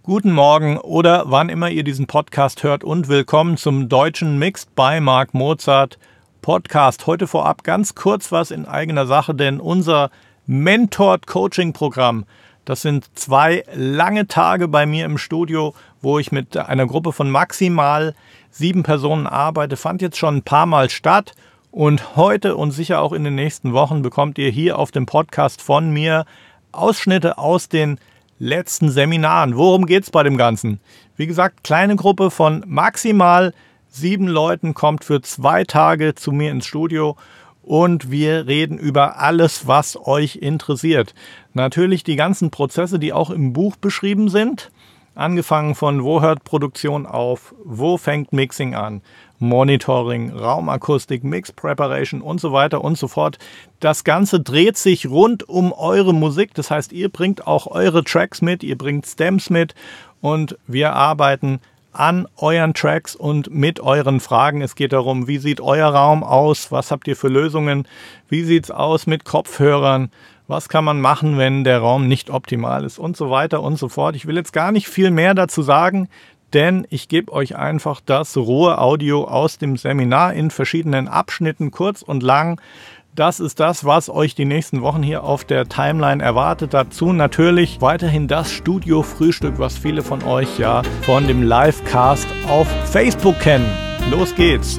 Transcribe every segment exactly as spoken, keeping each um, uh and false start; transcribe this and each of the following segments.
guten Morgen oder wann immer ihr diesen Podcast hört und willkommen zum Deutschen Mixed by Mark Mozart Podcast. Heute vorab ganz kurz was in eigener Sache, denn unser Mentored-Coaching-Programm, das sind zwei lange Tage bei mir im Studio, wo ich mit einer Gruppe von maximal sieben Personen arbeite, fand jetzt schon ein paar Mal statt. Und heute und sicher auch in den nächsten Wochen bekommt ihr hier auf dem Podcast von mir Ausschnitte aus den letzten Seminaren. Worum geht es bei dem Ganzen? Wie gesagt, kleine Gruppe von maximal sieben Leuten kommt für zwei Tage zu mir ins Studio und wir reden über alles, was euch interessiert. Natürlich die ganzen Prozesse, die auch im Buch beschrieben sind. Angefangen von wo hört Produktion auf, wo fängt Mixing an, Monitoring, Raumakustik, Mix Preparation und so weiter und so fort. Das Ganze dreht sich rund um eure Musik. Das heißt, ihr bringt auch eure Tracks mit, ihr bringt Stems mit und wir arbeiten an euren Tracks und mit euren Fragen. Es geht darum, wie sieht euer Raum aus, was habt ihr für Lösungen, wie sieht es aus mit Kopfhörern, was kann man machen, wenn der Raum nicht optimal ist und so weiter und so fort. Ich will jetzt gar nicht viel mehr dazu sagen, denn ich gebe euch einfach das rohe Audio aus dem Seminar in verschiedenen Abschnitten, kurz und lang. Das ist das, was euch die nächsten Wochen hier auf der Timeline erwartet. Dazu natürlich weiterhin das Studio-Frühstück, was viele von euch ja von dem Livecast auf Facebook kennen. Los geht's!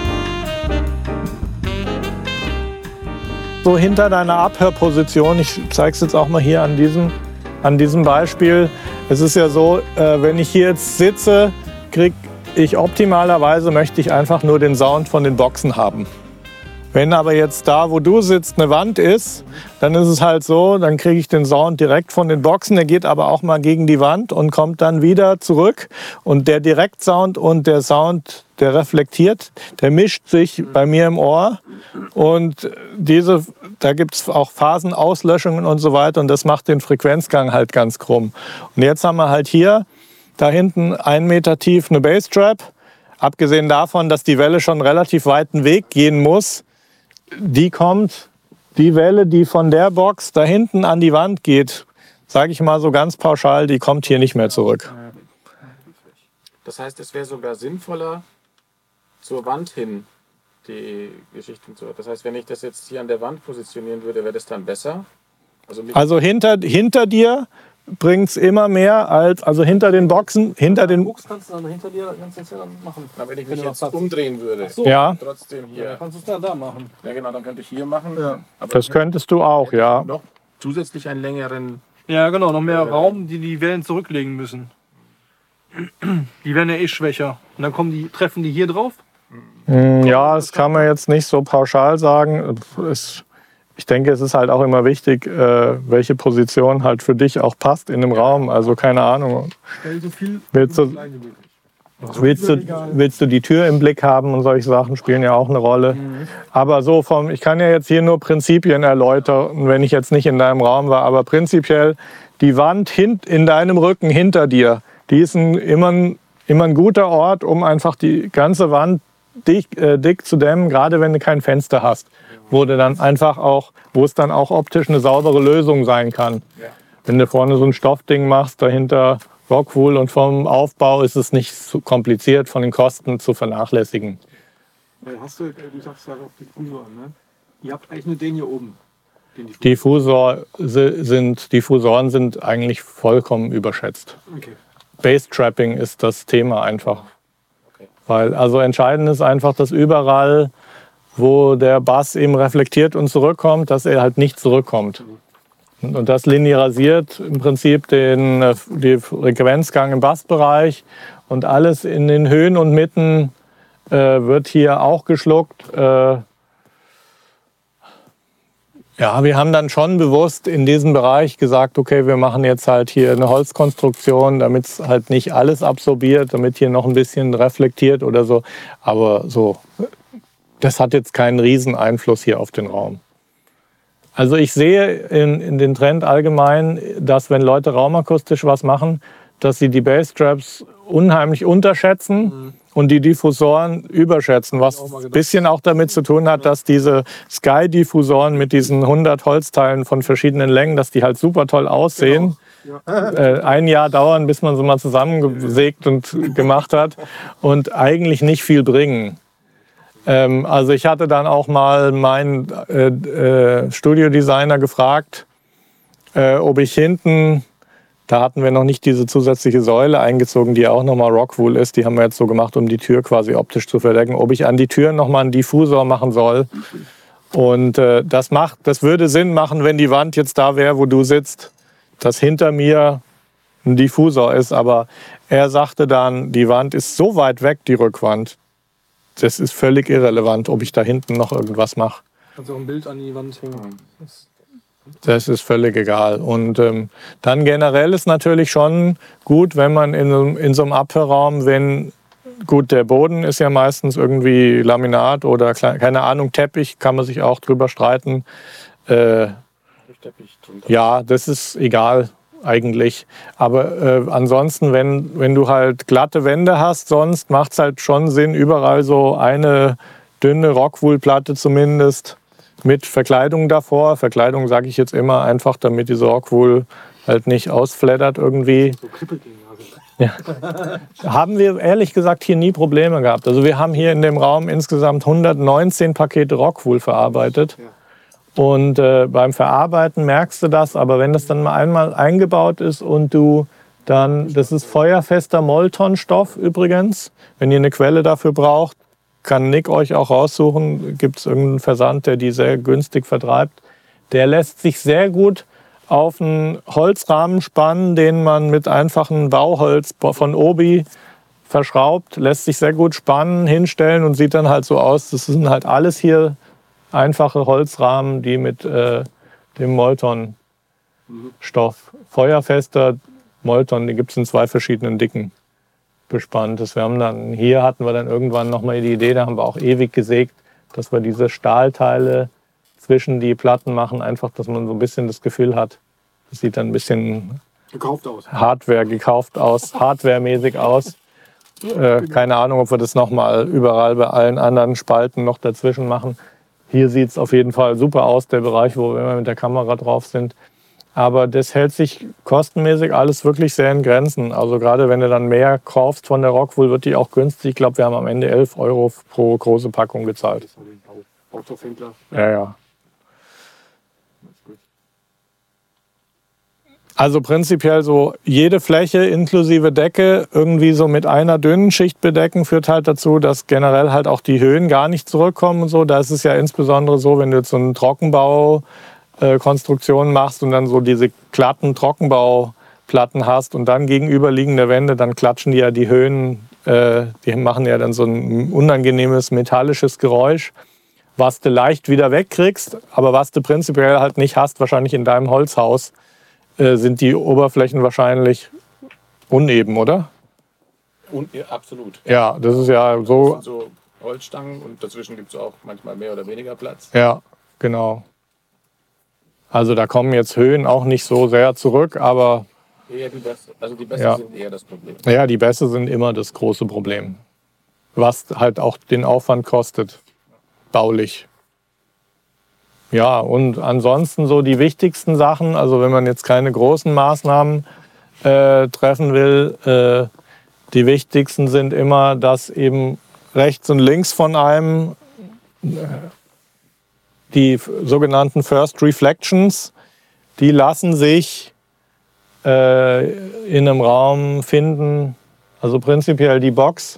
So hinter deiner Abhörposition, ich zeige es jetzt auch mal hier an diesem, an diesem Beispiel. Es ist ja so, äh, wenn ich hier jetzt sitze, kriege ich optimalerweise, möchte ich einfach nur den Sound von den Boxen haben. Wenn aber jetzt da, wo du sitzt, eine Wand ist, dann ist es halt so, dann kriege ich den Sound direkt von den Boxen. Der geht aber auch mal gegen die Wand und kommt dann wieder zurück. Und der Direktsound und der Sound, der reflektiert, der mischt sich bei mir im Ohr. Und diese, da gibt es auch Phasenauslöschungen und so weiter. Und das macht den Frequenzgang halt ganz krumm. Und jetzt haben wir halt hier, da hinten einen Meter tief eine Basstrap. Abgesehen davon, dass die Welle schon einen relativ weiten Weg gehen muss, die kommt, die Welle, die von der Box da hinten an die Wand geht, sage ich mal so ganz pauschal, die kommt hier nicht mehr zurück. Das heißt, es wäre sogar sinnvoller, zur Wand hin die Geschichten zu... Das heißt, wenn ich das jetzt hier an der Wand positionieren würde, wäre das dann besser? Also, also hinter, hinter dir bringt es immer mehr als, also hinter den Boxen, hinter den... Kannst du dann hinter dir kannst du das ja dann machen. Na, wenn ich mich jetzt umdrehen würde, so, ja. Trotzdem hier. Ja, kannst du es dann da machen. Ja genau, dann könnte ich hier machen. Ja. Aber das könntest du auch, ja. Noch zusätzlich einen längeren... Ja genau, noch mehr Raum, die die Wellen zurücklegen müssen. Die werden ja eh schwächer. Und dann kommen die, treffen die hier drauf? Ja, das kann man jetzt nicht so pauschal sagen. Es, ich denke, es ist halt auch immer wichtig, äh, welche Position halt für dich auch passt in dem Raum. Also keine Ahnung. So viel willst, du, willst, du, willst du die Tür im Blick haben und solche Sachen spielen ja auch eine Rolle. Mhm. Aber so vom, ich kann ja jetzt hier nur Prinzipien erläutern, wenn ich jetzt nicht in deinem Raum war. Aber prinzipiell die Wand hint, in deinem Rücken hinter dir, die ist ein, immer, ein, immer ein guter Ort, um einfach die ganze Wand dick, äh, dick zu dämmen, gerade wenn du kein Fenster hast. Wo du dann einfach auch, wo es dann auch optisch eine saubere Lösung sein kann. Ja. Wenn du vorne so ein Stoffding machst, dahinter Rockwool und vom Aufbau ist es nicht so kompliziert, von den Kosten zu vernachlässigen. Hast du, du sagst ja auch Diffusoren, ne? Ihr habt eigentlich nur den hier oben. Den Diffusor sind, Diffusoren sind eigentlich vollkommen überschätzt. Okay. Bass-Trapping ist das Thema einfach. Okay. Weil, also entscheidend ist einfach, dass überall, wo der Bass eben reflektiert und zurückkommt, dass er halt nicht zurückkommt. Mhm. Und das linearisiert im Prinzip den, den Frequenzgang im Bassbereich und alles in den Höhen und Mitten äh, wird hier auch geschluckt. Äh, ja, wir haben dann schon bewusst in diesem Bereich gesagt, okay, wir machen jetzt halt hier eine Holzkonstruktion, damit es halt nicht alles absorbiert, damit hier noch ein bisschen reflektiert oder so. Aber so... Das hat jetzt keinen riesen Einfluss hier auf den Raum. Also ich sehe in, in den Trend allgemein, dass wenn Leute raumakustisch was machen, dass sie die Basstraps unheimlich unterschätzen mhm. und die Diffusoren überschätzen, was ein bisschen auch damit zu tun hat, dass diese Sky-Diffusoren mit diesen hundert Holzteilen von verschiedenen Längen, dass die halt super toll aussehen. äh, ein Jahr dauern, bis man sie mal zusammengesägt und gemacht hat und eigentlich nicht viel bringen. Ähm, also ich hatte dann auch mal meinen äh, äh, Studiodesigner gefragt, äh, ob ich hinten, da hatten wir noch nicht diese zusätzliche Säule eingezogen, die auch nochmal Rockwool ist, die haben wir jetzt so gemacht, um die Tür quasi optisch zu verdecken, ob ich an die Tür nochmal einen Diffusor machen soll. Und äh, das macht, das würde Sinn machen, wenn die Wand jetzt da wäre, wo du sitzt, dass hinter mir ein Diffusor ist. Aber er sagte dann, die Wand ist so weit weg, die Rückwand, das ist völlig irrelevant, ob ich da hinten noch irgendwas mache. Kannst du auch ein Bild an die Wand hängen. Das ist völlig egal. Und ähm, dann generell ist natürlich schon gut, wenn man in, in so einem Abhörraum, wenn, gut, der Boden ist ja meistens irgendwie Laminat oder, keine Ahnung, Teppich, kann man sich auch drüber streiten. Äh, ja, das ist egal eigentlich. Aber äh, ansonsten, wenn, wenn du halt glatte Wände hast, sonst macht es halt schon Sinn, überall so eine dünne Rockwool-Platte zumindest mit Verkleidung davor. Verkleidung sage ich jetzt immer einfach, damit diese Rockwool halt nicht ausflattert irgendwie. So Kribbeldinger. Ja. Haben wir ehrlich gesagt hier nie Probleme gehabt. Also wir haben hier in dem Raum insgesamt hundertneunzehn Pakete Rockwool verarbeitet. Ja. Und äh, beim Verarbeiten merkst du das, aber wenn das dann mal einmal eingebaut ist und du dann, das ist feuerfester Moltonstoff übrigens, wenn ihr eine Quelle dafür braucht, kann Nick euch auch raussuchen, gibt es irgendeinen Versand, der die sehr günstig vertreibt. Der lässt sich sehr gut auf einen Holzrahmen spannen, den man mit einfachem Bauholz von Obi verschraubt, lässt sich sehr gut spannen, hinstellen und sieht dann halt so aus. Das sind halt alles hier einfache Holzrahmen, die mit äh, dem Molton-Stoff, feuerfester Molton, die gibt es in zwei verschiedenen Dicken, bespannt ist. Wir haben dann, hier hatten wir dann irgendwann nochmal die Idee, da haben wir auch ewig gesägt, dass wir diese Stahlteile zwischen die Platten machen, einfach, dass man so ein bisschen das Gefühl hat, das sieht dann ein bisschen gekauft aus. Hardware gekauft aus, hardwaremäßig aus. Äh, keine Ahnung, ob wir das nochmal überall bei allen anderen Spalten noch dazwischen machen. Hier sieht es auf jeden Fall super aus, der Bereich, wo wir immer mit der Kamera drauf sind. Aber das hält sich kostenmäßig alles wirklich sehr in Grenzen. Also gerade wenn du dann mehr kaufst von der Rockwool, wird die auch günstig. Ich glaube, wir haben am Ende elf Euro pro große Packung gezahlt. Autofändler. Ja, ja. Also prinzipiell so jede Fläche inklusive Decke irgendwie so mit einer dünnen Schicht bedecken, führt halt dazu, dass generell halt auch die Höhen gar nicht zurückkommen und so. Da ist es ja insbesondere so, wenn du jetzt so einen Trockenbau Konstruktionen machst und dann so diese glatten Trockenbauplatten hast und dann gegenüberliegende Wände, dann klatschen die ja die Höhen, äh, die machen ja dann so ein unangenehmes metallisches Geräusch, was du leicht wieder wegkriegst, aber was du prinzipiell halt nicht hast, wahrscheinlich in deinem Holzhaus, äh, sind die Oberflächen wahrscheinlich uneben, oder? Und, ja, absolut. Ja, das ist ja so. Das sind so Holzstangen und dazwischen gibt es auch manchmal mehr oder weniger Platz. Ja, genau. Also da kommen jetzt Höhen auch nicht so sehr zurück, aber Eher die Bässe. Also die Bässe Ja. sind eher das Problem. ja, die Bässe sind immer das große Problem. Was halt auch den Aufwand kostet, baulich. Ja, und ansonsten so die wichtigsten Sachen, also wenn man jetzt keine großen Maßnahmen äh, treffen will, äh, die wichtigsten sind immer, dass eben rechts und links von einem äh, die sogenannten First Reflections, die lassen sich äh, in einem Raum finden. Also prinzipiell die Box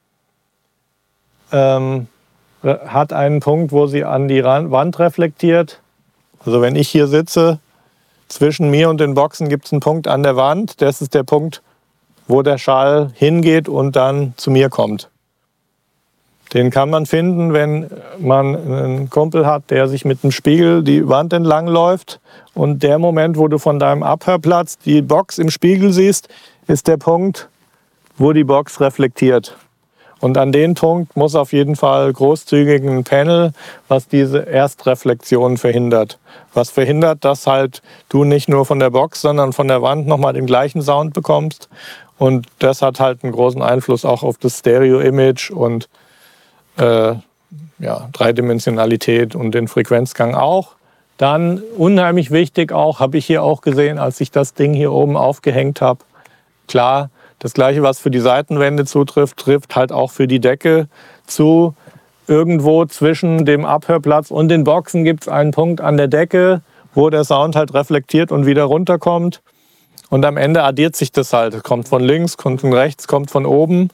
ähm, hat einen Punkt, wo sie an die Wand reflektiert. Also wenn ich hier sitze, zwischen mir und den Boxen gibt es einen Punkt an der Wand. Das ist der Punkt, wo der Schall hingeht und dann zu mir kommt. Den kann man finden, wenn man einen Kumpel hat, der sich mit einem Spiegel die Wand entlang läuft. Und der Moment, wo du von deinem Abhörplatz die Box im Spiegel siehst, ist der Punkt, wo die Box reflektiert. Und an den Punkt muss auf jeden Fall großzügig ein Panel, was diese Erstreflexion verhindert. Was verhindert, dass halt du nicht nur von der Box, sondern von der Wand nochmal den gleichen Sound bekommst. Und das hat halt einen großen Einfluss auch auf das Stereo-Image und Äh, ja, Dreidimensionalität und den Frequenzgang auch. Dann unheimlich wichtig auch, habe ich hier auch gesehen, als ich das Ding hier oben aufgehängt habe. Klar, das Gleiche, was für die Seitenwände zutrifft, trifft halt auch für die Decke zu. Irgendwo zwischen dem Abhörplatz und den Boxen gibt es einen Punkt an der Decke, wo der Sound halt reflektiert und wieder runterkommt. Und am Ende addiert sich das halt. Es kommt von links, kommt von rechts, kommt von oben.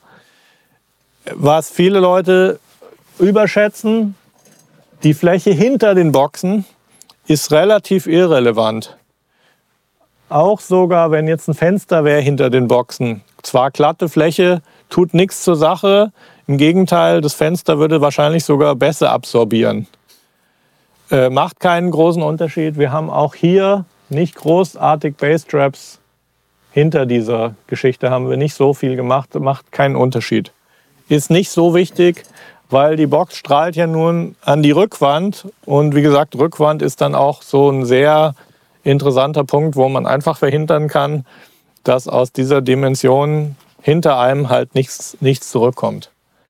Was viele Leute überschätzen, die Fläche hinter den Boxen ist relativ irrelevant. Auch sogar, wenn jetzt ein Fenster wäre hinter den Boxen. Zwar glatte Fläche, tut nichts zur Sache. Im Gegenteil, das Fenster würde wahrscheinlich sogar besser absorbieren. Äh, macht keinen großen Unterschied. Wir haben auch hier nicht großartig Basstraps. Hinter dieser Geschichte haben wir nicht so viel gemacht. Macht keinen Unterschied. Ist nicht so wichtig, weil die Box strahlt ja nun an die Rückwand. Und wie gesagt, Rückwand ist dann auch so ein sehr interessanter Punkt, wo man einfach verhindern kann, dass aus dieser Dimension hinter einem halt nichts, nichts zurückkommt.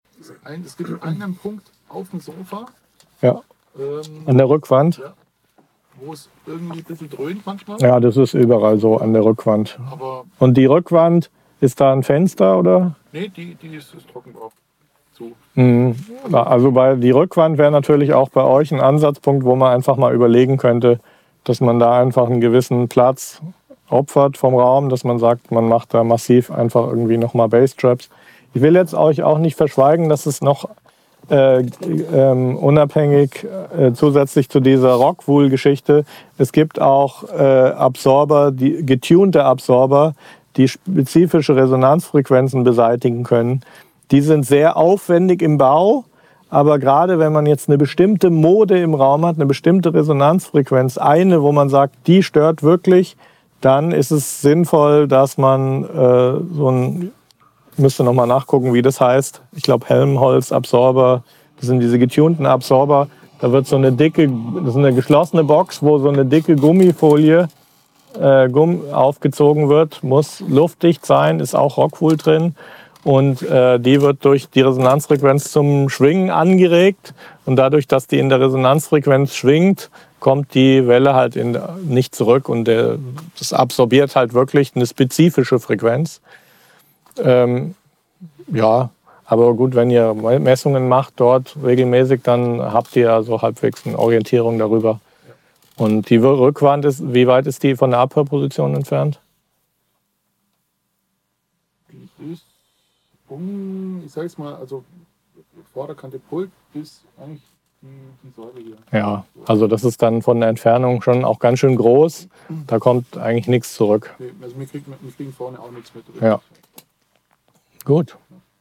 Es gibt einen Punkt auf dem Sofa, ja. ähm, an der Rückwand, ja, wo es irgendwie ein bisschen dröhnt manchmal. Ja, das ist überall so an der Rückwand. Aber und die Rückwand, ist da ein Fenster oder? Nee, die, die ist, ist Trockenbau. Zu. Mhm. Also bei die Rückwand wäre natürlich auch bei euch ein Ansatzpunkt, wo man einfach mal überlegen könnte, dass man da einfach einen gewissen Platz opfert vom Raum, dass man sagt, man macht da massiv einfach irgendwie nochmal Basstraps. Ich will jetzt euch auch nicht verschweigen, dass es noch äh, ähm, unabhängig äh, zusätzlich zu dieser Rockwool-Geschichte, es gibt auch äh, Absorber, die getunte Absorber, die spezifische Resonanzfrequenzen beseitigen können. Die sind sehr aufwendig im Bau, aber gerade wenn man jetzt eine bestimmte Mode im Raum hat, eine bestimmte Resonanzfrequenz, eine, wo man sagt, die stört wirklich, dann ist es sinnvoll, dass man äh, so ein, ich müsste nochmal nachgucken, wie das heißt, ich glaube Helmholtz-Absorber, das sind diese getunten Absorber, da wird so eine dicke, das ist eine geschlossene Box, wo so eine dicke Gummifolie äh, Gumm aufgezogen wird, muss luftdicht sein, ist auch Rockwool drin. Und äh, die wird durch die Resonanzfrequenz zum Schwingen angeregt. Und dadurch, dass die in der Resonanzfrequenz schwingt, kommt die Welle halt in, nicht zurück. Und der, das absorbiert halt wirklich eine spezifische Frequenz. Ähm, ja, aber gut, wenn ihr Messungen macht dort regelmäßig, dann habt ihr ja so halbwegs eine Orientierung darüber. Und die Rückwand, ist, wie weit ist die von der Abhörposition entfernt? Die ist um, ich sag jetzt mal, also Vorderkante Pult bis eigentlich die, die Säule hier. Ja, also das ist dann von der Entfernung schon auch ganz schön groß. Da kommt eigentlich nichts zurück. Also wir kriegen, wir kriegen vorne auch nichts mit. Ja. Gut.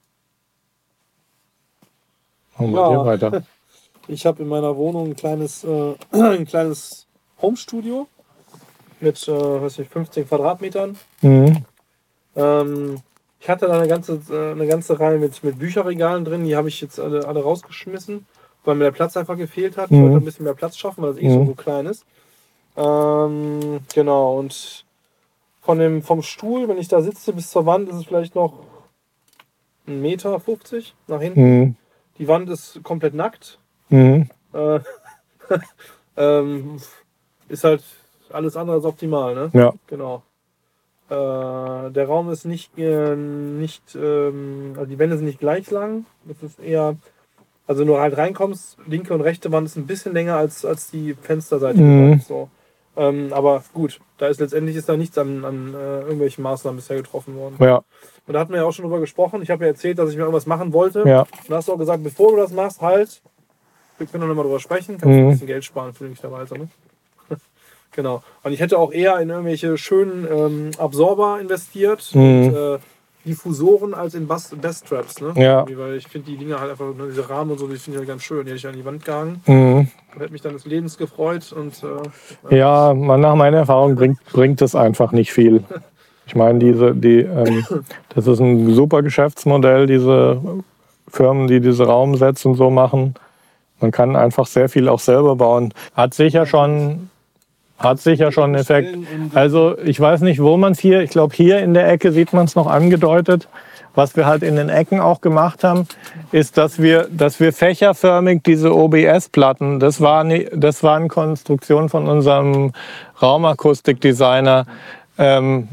Machen wir Ja. hier weiter. Ich habe in meiner Wohnung ein kleines, äh, ein kleines Homestudio mit äh, weiß nicht, fünfzehn Quadratmetern. Mhm. Ähm, ich hatte da eine ganze, äh, eine ganze Reihe mit, mit Bücherregalen drin, die habe ich jetzt alle, alle rausgeschmissen, weil mir der Platz einfach gefehlt hat. Ich Mhm. wollte ein bisschen mehr Platz schaffen, weil das eh Mhm. so, so klein ist. Ähm, genau, und von dem, vom Stuhl, wenn ich da sitze, bis zur Wand ist es vielleicht noch ein Meter fünfzig nach hinten. Mhm. Die Wand ist komplett nackt. Mhm. Äh, ähm, ist halt alles andere als optimal, ne? Ja. Genau. Äh, der Raum ist nicht, äh, nicht ähm, also die Wände sind nicht gleich lang. Das ist eher, also wenn du halt reinkommst, linke und rechte Wand ist ein bisschen länger als, als die Fensterseite. Mhm. So. Ähm, aber gut, da ist letztendlich ist da nichts an, an äh, irgendwelchen Maßnahmen bisher getroffen worden. Ja. Und da hatten wir ja auch schon drüber gesprochen. Ich habe ja erzählt, dass ich mir irgendwas machen wollte. Ja. Und da hast du auch gesagt, bevor du das machst, halt, wir können noch mal drüber sprechen, kannst du Mhm. ein bisschen Geld sparen, möglicherweise. Ne? Genau. Und ich hätte auch eher in irgendwelche schönen ähm, Absorber investiert Mhm. und äh, Diffusoren als in Bass-Traps. Ne? Ja. Irgendwie, weil ich finde die Dinger halt einfach, ne, diese Rahmen und so, die finde ich halt ganz schön. Die hätte ich an die Wand gehangen Mhm. und hätte mich dann des Lebens gefreut. Und, äh, Ja, man, nach meiner Erfahrung bringt, bringt das einfach nicht viel. Ich meine, diese, die, ähm, das ist ein super Geschäftsmodell, diese Firmen, die diese Raumsets und so machen. Man kann einfach sehr viel auch selber bauen. Hat sicher schon, hat sicher schon einen Effekt. Also ich weiß nicht, wo man es hier, ich glaube hier in der Ecke sieht man es noch angedeutet. Was wir halt in den Ecken auch gemacht haben, ist, dass wir, dass wir fächerförmig diese O B S-Platten, das war, nie, das war eine Konstruktion von unserem Raumakustikdesigner, ähm,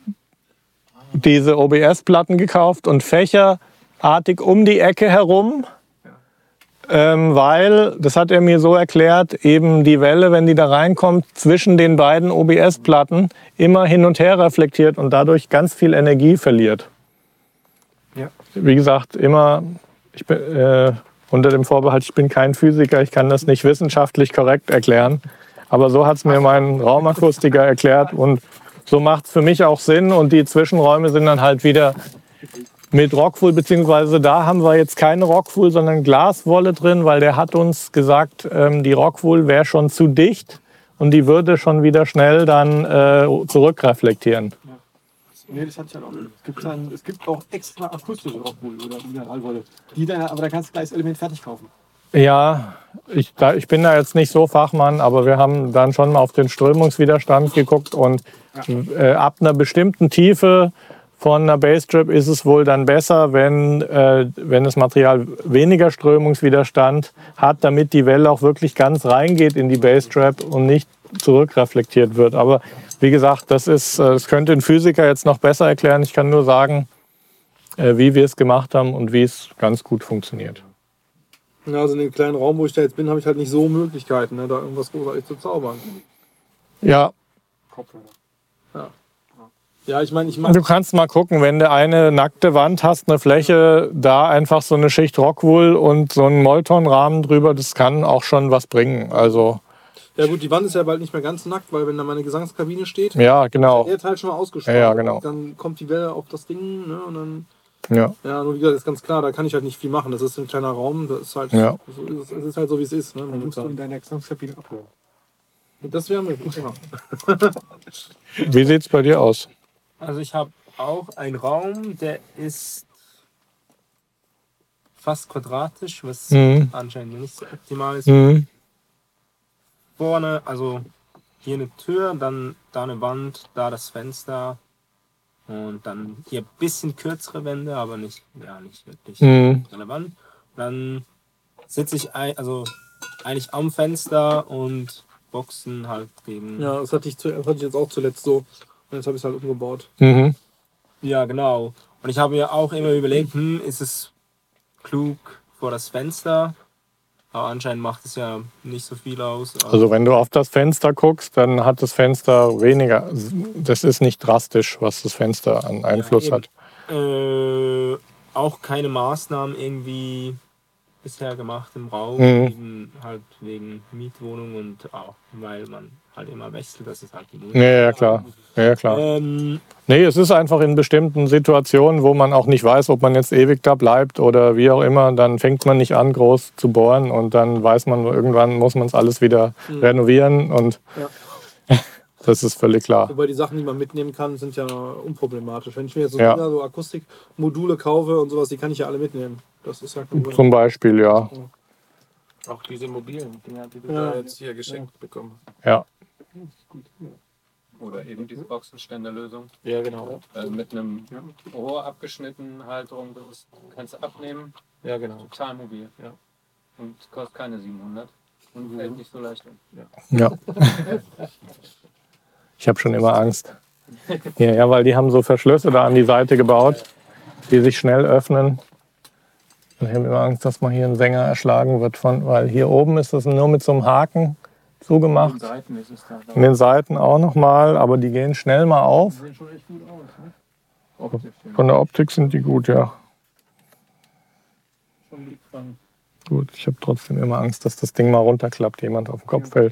diese O B S-Platten gekauft und fächerartig um die Ecke herum. Ähm, weil, das hat er mir so erklärt, eben die Welle, wenn die da reinkommt, zwischen den beiden O B S-Platten immer hin und her reflektiert und dadurch ganz viel Energie verliert. Ja. Wie gesagt, immer ich bin, äh, unter dem Vorbehalt, ich bin kein Physiker, ich kann das nicht wissenschaftlich korrekt erklären. Aber so hat es mir mein Raumakustiker erklärt und so macht es für mich auch Sinn. Und die Zwischenräume sind dann halt wieder mit Rockwool, beziehungsweise da haben wir jetzt keine Rockwool, sondern Glaswolle drin, weil der hat uns gesagt, ähm, die Rockwool wäre schon zu dicht und die würde schon wieder schnell dann äh, zurückreflektieren. Nee, das hatte ich halt auch. Es gibt, dann, es gibt auch extra akustische Rockwool oder Mineralwolle. Die dann, aber da kannst du gleich das Element fertig kaufen. Ja, ich, da, ich bin da jetzt nicht so Fachmann, aber wir haben dann schon mal auf den Strömungswiderstand geguckt und äh, ab einer bestimmten Tiefe von einer Bassstrip ist es wohl dann besser, wenn, äh, wenn das Material weniger Strömungswiderstand hat, damit die Welle auch wirklich ganz reingeht in die Bassstrap und nicht zurückreflektiert wird. Aber wie gesagt, das, ist, das könnte ein Physiker jetzt noch besser erklären. Ich kann nur sagen, wie wir es gemacht haben und wie es ganz gut funktioniert. Ja, also in dem kleinen Raum, wo ich da jetzt bin, habe ich halt nicht so Möglichkeiten, ne, da irgendwas großartig zu zaubern. Ja. Ja, ja ich meine, ich mache... Du kannst mal gucken, wenn du eine nackte Wand hast, eine Fläche, da einfach so eine Schicht Rockwool und so einen Molton-Rahmen drüber, das kann auch schon was bringen. Also... Ja gut, die Wand ist ja bald nicht mehr ganz nackt, weil wenn da meine Gesangskabine steht, ja, genau. ist der Teil schon mal ausgeschlagen. Ja, ja, genau. Dann kommt die Welle auf das Ding, ne, und dann... Ja. Ja, nur wie gesagt, ist ganz klar, da kann ich halt nicht viel machen. Das ist ein kleiner Raum, das ist halt, ja. so, es ist halt so, wie es ist. Ne? Dann musst du in deiner Gesangskabine abhören. Das wäre möglich, ja. Wie sieht es bei dir aus? Also ich habe auch einen Raum, der ist fast quadratisch, was mhm. anscheinend nicht so optimal ist. Mhm. Vorne, also hier eine Tür, dann da eine Wand, da das Fenster und dann hier ein bisschen kürzere Wände, aber nicht, ja, nicht wirklich mhm. relevant. Dann sitze ich ein, also eigentlich am Fenster und Boxen halt gegen... Ja, das hatte ich, zu, das hatte ich jetzt auch zuletzt so. Und jetzt habe ich es halt umgebaut. Mhm. Ja, genau. Und ich habe mir auch immer überlegt, hm, ist es klug vor das Fenster? Aber anscheinend macht es ja nicht so viel aus. Also, also wenn du auf das Fenster guckst, dann hat das Fenster weniger. Das ist nicht drastisch, was das Fenster an Einfluss ja, hat. Äh, auch keine Maßnahmen irgendwie bisher gemacht im Raum, mhm. eben halt wegen Mietwohnung und auch weil man halt immer wechselt, das ist halt die Ja, ja, klar. Ja, klar. Ähm, nee, es ist einfach in bestimmten Situationen, wo man auch nicht weiß, ob man jetzt ewig da bleibt oder wie auch immer, dann fängt man nicht an, groß zu bohren und dann weiß man, irgendwann muss man es alles wieder mhm. renovieren und ja. das ist völlig klar. Wobei die Sachen, die man mitnehmen kann, sind ja unproblematisch. Wenn ich mir jetzt so, ja. Dinger, so Akustikmodule kaufe und sowas, die kann ich ja alle mitnehmen. Das ist ja cool. Zum Beispiel, ja. Auch diese mobilen Dinger, die du ja. da jetzt hier geschenkt ja. bekommen hast. Ja. Oder eben diese Boxenständerlösung. Ja, genau. Äh, mit einem Rohr abgeschnitten, Halterung, das kannst du abnehmen. Ja, genau. Total mobil. Ja. Und kostet keine siebenhundert. Und fällt nicht so leicht um. Ja. ja. Ich habe schon immer Angst. Ja, ja, weil die haben so Verschlüsse da an die Seite gebaut, die sich schnell öffnen. Und ich habe immer Angst, dass mal hier ein Sänger erschlagen wird, von, weil hier oben ist das nur mit so einem Haken zugemacht. An den Seiten ist es da. An den Seiten auch nochmal, aber die gehen schnell mal auf. Die sehen schon echt gut aus, ne? Optisch, von der Optik sind die gut, ja. Schon lieb dran. Gut, ich habe trotzdem immer Angst, dass das Ding mal runterklappt, jemand auf den Kopf fällt.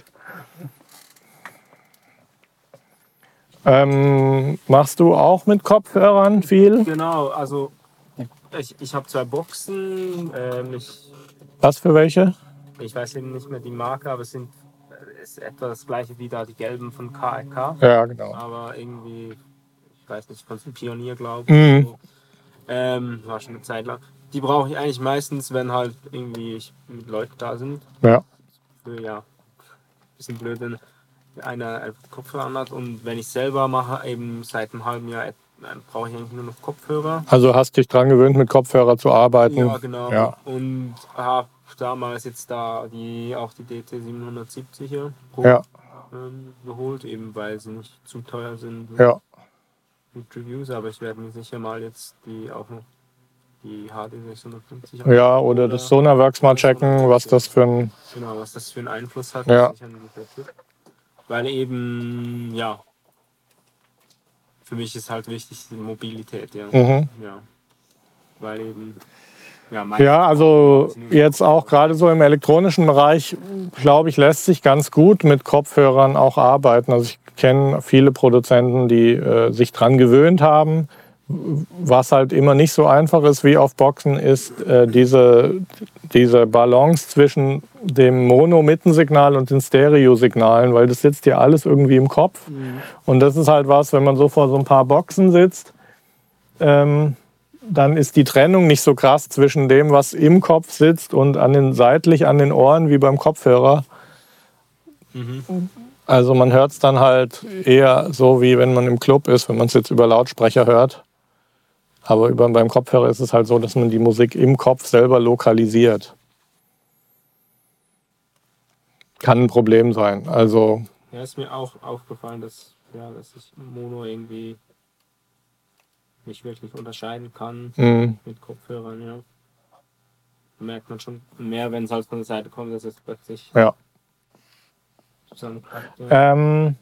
Ähm, machst du auch mit Kopfhörern viel? Genau, also ich, ich habe zwei Boxen. Ähm, ich, Was für welche? ich weiß eben nicht mehr die Marke, aber es sind ist etwa das gleiche wie da die gelben von K R K. Ja, genau. Aber irgendwie, ich weiß nicht, von Pionier, glaube ich. Mhm. So. Ähm, war schon eine Zeit lang. Die brauche ich eigentlich meistens, wenn halt irgendwie ich, mit Leuten da sind. Ja. Für, ja, bisschen blöd, wenn einer einfach Kopfhörer hat und wenn ich selber mache, eben seit einem halben Jahr, dann brauche ich eigentlich nur noch Kopfhörer. Also hast dich dran gewöhnt, mit Kopfhörer zu arbeiten? Ja, genau. Ja. Und habe damals jetzt da die, auch die D T siebenhundertsiebziger Pro Ja. ähm, geholt, eben weil sie nicht zu teuer sind. Ja. Mit Reviews, aber ich werde mir sicher mal jetzt die auch noch die H D sechshundertfünfzig Ja, oder das Sonarworks mal checken, was das für ein... Genau, was das für einen Einfluss hat. Ja. Das ist sicher ein guter Tipp. Weil eben, ja, für mich ist halt wichtig die Mobilität, ja. Mhm. Ja. Weil eben, ja, mein Ja, also jetzt auch gerade so im elektronischen Bereich, glaube ich, lässt sich ganz gut mit Kopfhörern auch arbeiten. Also ich kenne viele Produzenten, die äh, sich dran gewöhnt haben. Was halt immer nicht so einfach ist wie auf Boxen, ist äh, diese, diese Balance zwischen dem Mono-Mittensignal und den Stereo-Signalen, weil das sitzt ja alles irgendwie im Kopf. Mhm. Und das ist halt was, wenn man so vor so ein paar Boxen sitzt, ähm, dann ist die Trennung nicht so krass zwischen dem, was im Kopf sitzt und an den, seitlich an den Ohren wie beim Kopfhörer. Mhm. Also man hört es dann halt eher so, wie wenn man im Club ist, wenn man es jetzt über Lautsprecher hört. Aber über, beim Kopfhörer ist es halt so, dass man die Musik im Kopf selber lokalisiert. Kann ein Problem sein. Also ja, ist mir auch aufgefallen, dass, ja, dass ich Mono irgendwie nicht wirklich unterscheiden kann mhm. mit Kopfhörern. Ja. Da merkt man schon mehr, wenn es halt von der Seite kommt, dass es plötzlich ja. zusammenpackt. Ja. Ähm,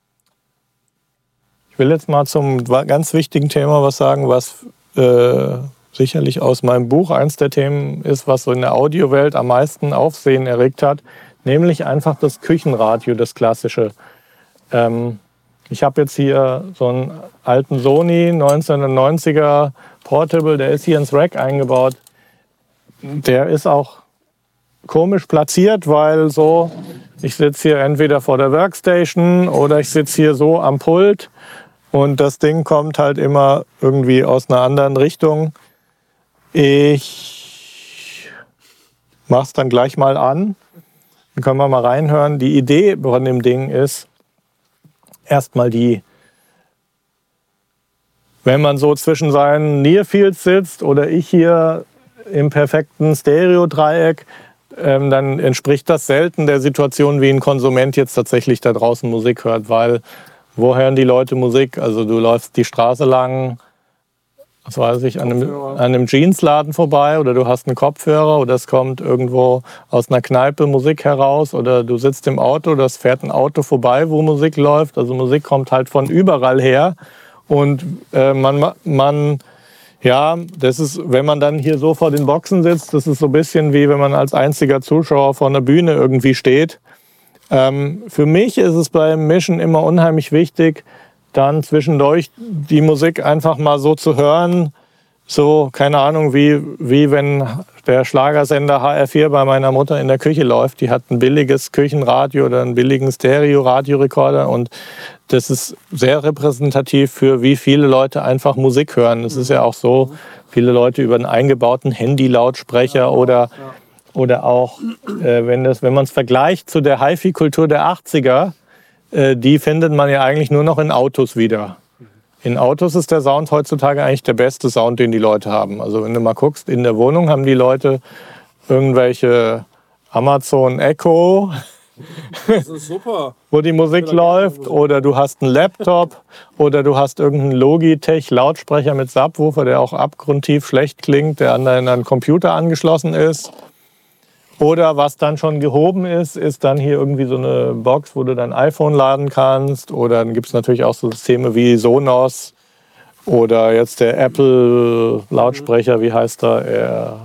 ich will jetzt mal zum ganz wichtigen Thema was sagen, was äh, sicherlich aus meinem Buch eins der Themen ist, was so in der Audiowelt am meisten Aufsehen erregt hat, nämlich einfach das Küchenradio, das klassische. Ähm, ich habe jetzt hier so einen alten Sony neunzehnhundertneunziger Portable, der ist hier ins Rack eingebaut. Der ist auch komisch platziert, weil so, ich sitze hier entweder vor der Workstation oder ich sitze hier so am Pult und das Ding kommt halt immer irgendwie aus einer anderen Richtung. Ich mache es dann gleich mal an. Dann können wir mal reinhören. Die Idee von dem Ding ist erstmal die, wenn man so zwischen seinen Nearfields sitzt oder ich hier im perfekten Stereo-Dreieck, ähm, dann entspricht das selten der Situation, wie ein Konsument jetzt tatsächlich da draußen Musik hört, weil wo hören die Leute Musik? Also du läufst die Straße lang, was weiß ich, an einem, an einem Jeansladen vorbei oder du hast einen Kopfhörer oder es kommt irgendwo aus einer Kneipe Musik heraus oder du sitzt im Auto, das fährt ein Auto vorbei, wo Musik läuft. Also Musik kommt halt von überall her und äh, man, man ja, das ist, wenn man dann hier so vor den Boxen sitzt, das ist so ein bisschen wie wenn man als einziger Zuschauer vor einer Bühne irgendwie steht. Ähm, für mich ist es beim Mischen immer unheimlich wichtig, dann zwischendurch die Musik einfach mal so zu hören, so, keine Ahnung, wie, wie wenn der Schlagersender H R vier bei meiner Mutter in der Küche läuft. Die hat ein billiges Küchenradio oder einen billigen Stereo-Radiorekorder und das ist sehr repräsentativ für wie viele Leute einfach Musik hören. Es ist ja auch so, viele Leute über einen eingebauten Handy-Lautsprecher oder, oder auch, äh, wenn, das, wenn man es vergleicht zu der Hi-Fi-Kultur der achtziger, äh, die findet man ja eigentlich nur noch in Autos wieder. In Autos ist der Sound heutzutage eigentlich der beste Sound, den die Leute haben. Also wenn du mal guckst, in der Wohnung haben die Leute irgendwelche Amazon Echo, das ist super, wo die Musik läuft, oder du hast einen Laptop oder du hast irgendeinen Logitech Lautsprecher mit Subwoofer, der auch abgrundtief schlecht klingt, der an deinen Computer angeschlossen ist. Oder was dann schon gehoben ist, ist dann hier irgendwie so eine Box, wo du dein iPhone laden kannst. Oder dann gibt es natürlich auch so Systeme wie Sonos oder jetzt der Apple-Lautsprecher, wie heißt er? Er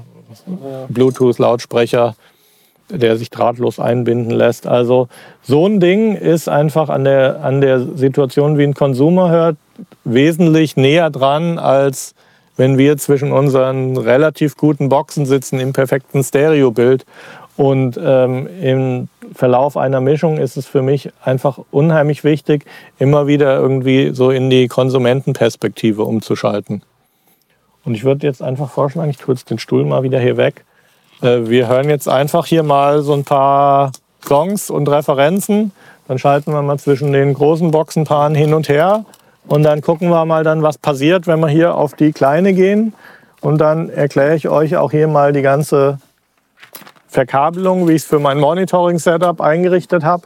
Bluetooth-Lautsprecher, der sich drahtlos einbinden lässt. Also so ein Ding ist einfach an der, an der Situation, wie ein Konsumer hört, wesentlich näher dran, als wenn wir zwischen unseren relativ guten Boxen sitzen im perfekten Stereobild. Und ähm, im Verlauf einer Mischung ist es für mich einfach unheimlich wichtig, immer wieder irgendwie so in die Konsumentenperspektive umzuschalten. Und ich würde jetzt einfach vorschlagen, ich tue jetzt den Stuhl mal wieder hier weg. Äh, wir hören jetzt einfach hier mal so ein paar Songs und Referenzen. Dann schalten wir mal zwischen den großen Boxenpaaren hin und her. Und dann gucken wir mal dann, was passiert, wenn wir hier auf die kleine gehen. Und dann erkläre ich euch auch hier mal die ganze Verkabelung, wie ich es für mein Monitoring-Setup eingerichtet habe.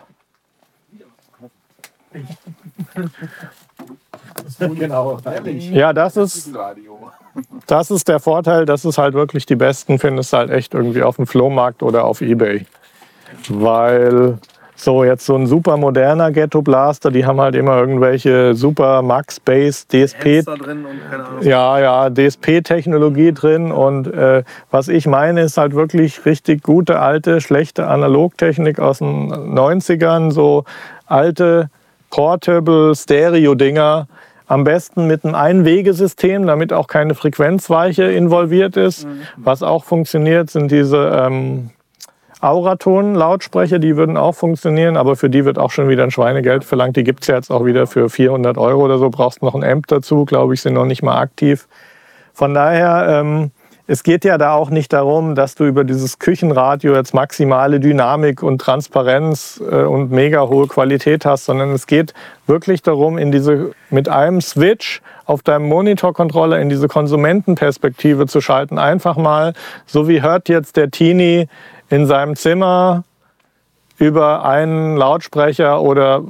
Genau. Ja, das ist, das ist der Vorteil, dass es halt wirklich die besten findest halt echt irgendwie auf dem Flohmarkt oder auf eBay. Weil so jetzt so ein super moderner Ghetto Blaster, die haben halt immer irgendwelche super Max Base D S P Da drin und keine Ahnung. Ja, ja, D S P-Technologie drin und äh, was ich meine, ist halt wirklich richtig gute, alte, schlechte Analogtechnik aus den neunzigern, so alte Portable Stereo-Dinger, am besten mit einem Einwegesystem, damit auch keine Frequenzweiche involviert ist. Mhm. Was auch funktioniert, sind diese ähm, Auraton-Lautsprecher, die würden auch funktionieren, aber für die wird auch schon wieder ein Schweinegeld verlangt. Die gibt es ja jetzt auch wieder für vierhundert Euro oder so, brauchst noch ein Amp dazu, glaube ich, sind noch nicht mal aktiv. Von daher, ähm, es geht ja da auch nicht darum, dass du über dieses Küchenradio jetzt maximale Dynamik und Transparenz äh, und mega hohe Qualität hast, sondern es geht wirklich darum, in diese, mit einem Switch auf deinem Monitorcontroller in diese Konsumentenperspektive zu schalten. Einfach mal, so wie hört jetzt der Teenie in seinem Zimmer über einen Lautsprecher oder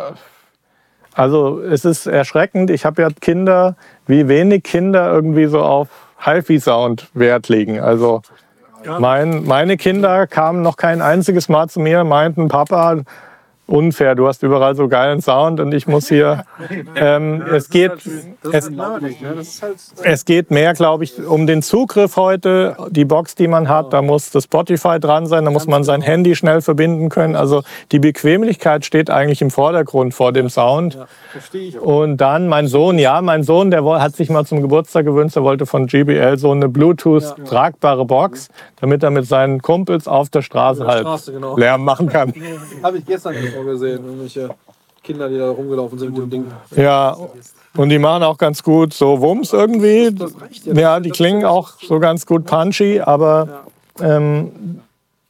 also es ist erschreckend. Ich habe ja Kinder, wie wenig Kinder irgendwie so auf Hi-Fi-Sound Wert legen. Also mein, meine Kinder kamen noch kein einziges Mal zu mir, meinten, Papa, unfair, du hast überall so geilen Sound und ich muss hier. Ähm, ja, es, geht, es, es geht mehr, glaube ich, um den Zugriff heute, die Box, die man hat. Da muss das Spotify dran sein, da muss man sein Handy schnell verbinden können. Also die Bequemlichkeit steht eigentlich im Vordergrund vor dem Sound. Ja, verstehe ich auch. Und dann mein Sohn, ja, mein Sohn, der hat sich mal zum Geburtstag gewünscht, der wollte von J B L so eine Bluetooth-tragbare Box, damit er mit seinen Kumpels auf der Straße halt Straße, genau. Lärm machen kann. Habe ich gestern auch gesehen, irgendwelche Kinder, die da rumgelaufen sind mit dem Ding. Ja, und die machen auch ganz gut so Wumms irgendwie. Das reicht ja. Ja, die klingen auch so ganz gut punchy, aber ähm,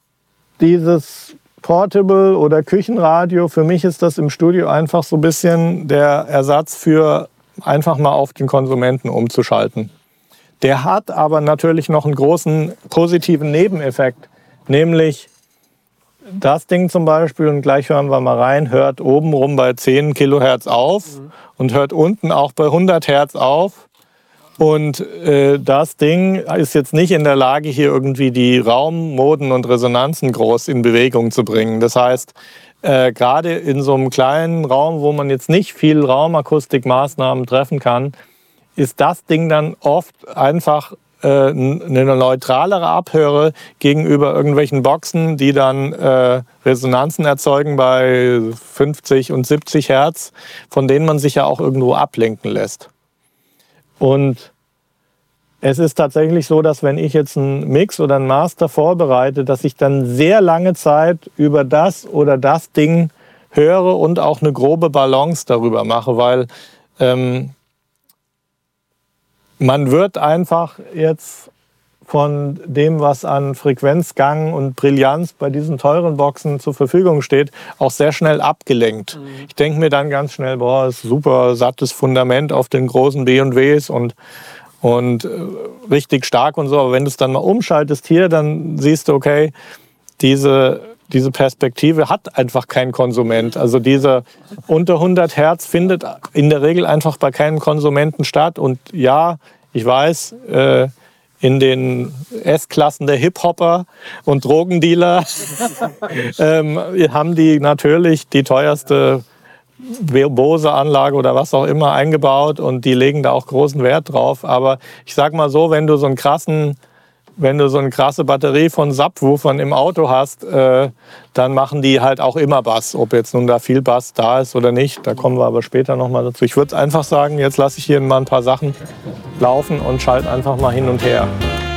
dieses Portable oder Küchenradio, für mich ist das im Studio einfach so ein bisschen der Ersatz für einfach mal auf den Konsumenten umzuschalten. Der hat aber natürlich noch einen großen positiven Nebeneffekt, nämlich das Ding zum Beispiel, und gleich hören wir mal rein, hört oben rum bei zehn Kilohertz auf mhm. und hört unten auch bei hundert Hertz auf. Und äh, das Ding ist jetzt nicht in der Lage, hier irgendwie die Raummoden und Resonanzen groß in Bewegung zu bringen. Das heißt, äh, gerade in so einem kleinen Raum, wo man jetzt nicht viel Raumakustikmaßnahmen treffen kann, ist das Ding dann oft einfach eine neutralere Abhöre gegenüber irgendwelchen Boxen, die dann äh, Resonanzen erzeugen bei fünfzig und siebzig Hertz, von denen man sich ja auch irgendwo ablenken lässt. Und es ist tatsächlich so, dass wenn ich jetzt einen Mix oder einen Master vorbereite, dass ich dann sehr lange Zeit über das oder das Ding höre und auch eine grobe Balance darüber mache, weil ähm, man wird einfach jetzt von dem, was an Frequenzgang und Brillanz bei diesen teuren Boxen zur Verfügung steht, auch sehr schnell abgelenkt. Mhm. Ich denke mir dann ganz schnell, boah, ist super sattes Fundament auf den großen B und Ws und, und äh, richtig stark und so. Aber wenn du es dann mal umschaltest hier, dann siehst du, okay, diese, diese Perspektive hat einfach kein Konsument. Also dieser unter hundert Hertz findet in der Regel einfach bei keinem Konsumenten statt. Und ja, ich weiß, äh, in den S-Klassen der Hip-Hopper und Drogendealer ähm, haben die natürlich die teuerste Bose-Anlage oder was auch immer eingebaut und die legen da auch großen Wert drauf. Aber ich sag mal so, wenn du so einen krassen Wenn du so eine krasse Batterie von Subwoofern im Auto hast, äh, dann machen die halt auch immer Bass. Ob jetzt nun da viel Bass da ist oder nicht, da kommen wir aber später nochmal dazu. Ich würde einfach sagen, jetzt lasse ich hier mal ein paar Sachen laufen und schalte einfach mal hin und her.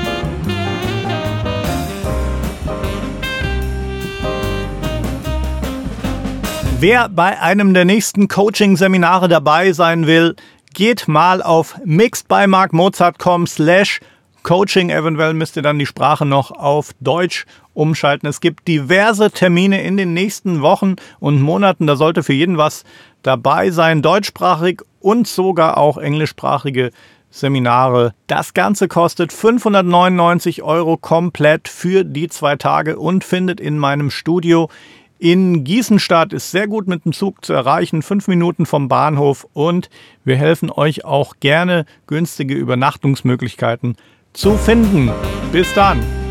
Wer bei einem der nächsten Coaching-Seminare dabei sein will, geht mal auf mixedbymarkmozart punkt com slash Coaching. Eventuell müsst ihr dann die Sprache noch auf Deutsch umschalten. Es gibt diverse Termine in den nächsten Wochen und Monaten. Da sollte für jeden was dabei sein. Deutschsprachig und sogar auch englischsprachige Seminare. Das Ganze kostet fünfhundertneunundneunzig Euro komplett für die zwei Tage und findet in meinem Studio in Gießen statt. Ist sehr gut mit dem Zug zu erreichen, fünf Minuten vom Bahnhof, und wir helfen euch auch gerne, günstige Übernachtungsmöglichkeiten zu finden. Bis dann!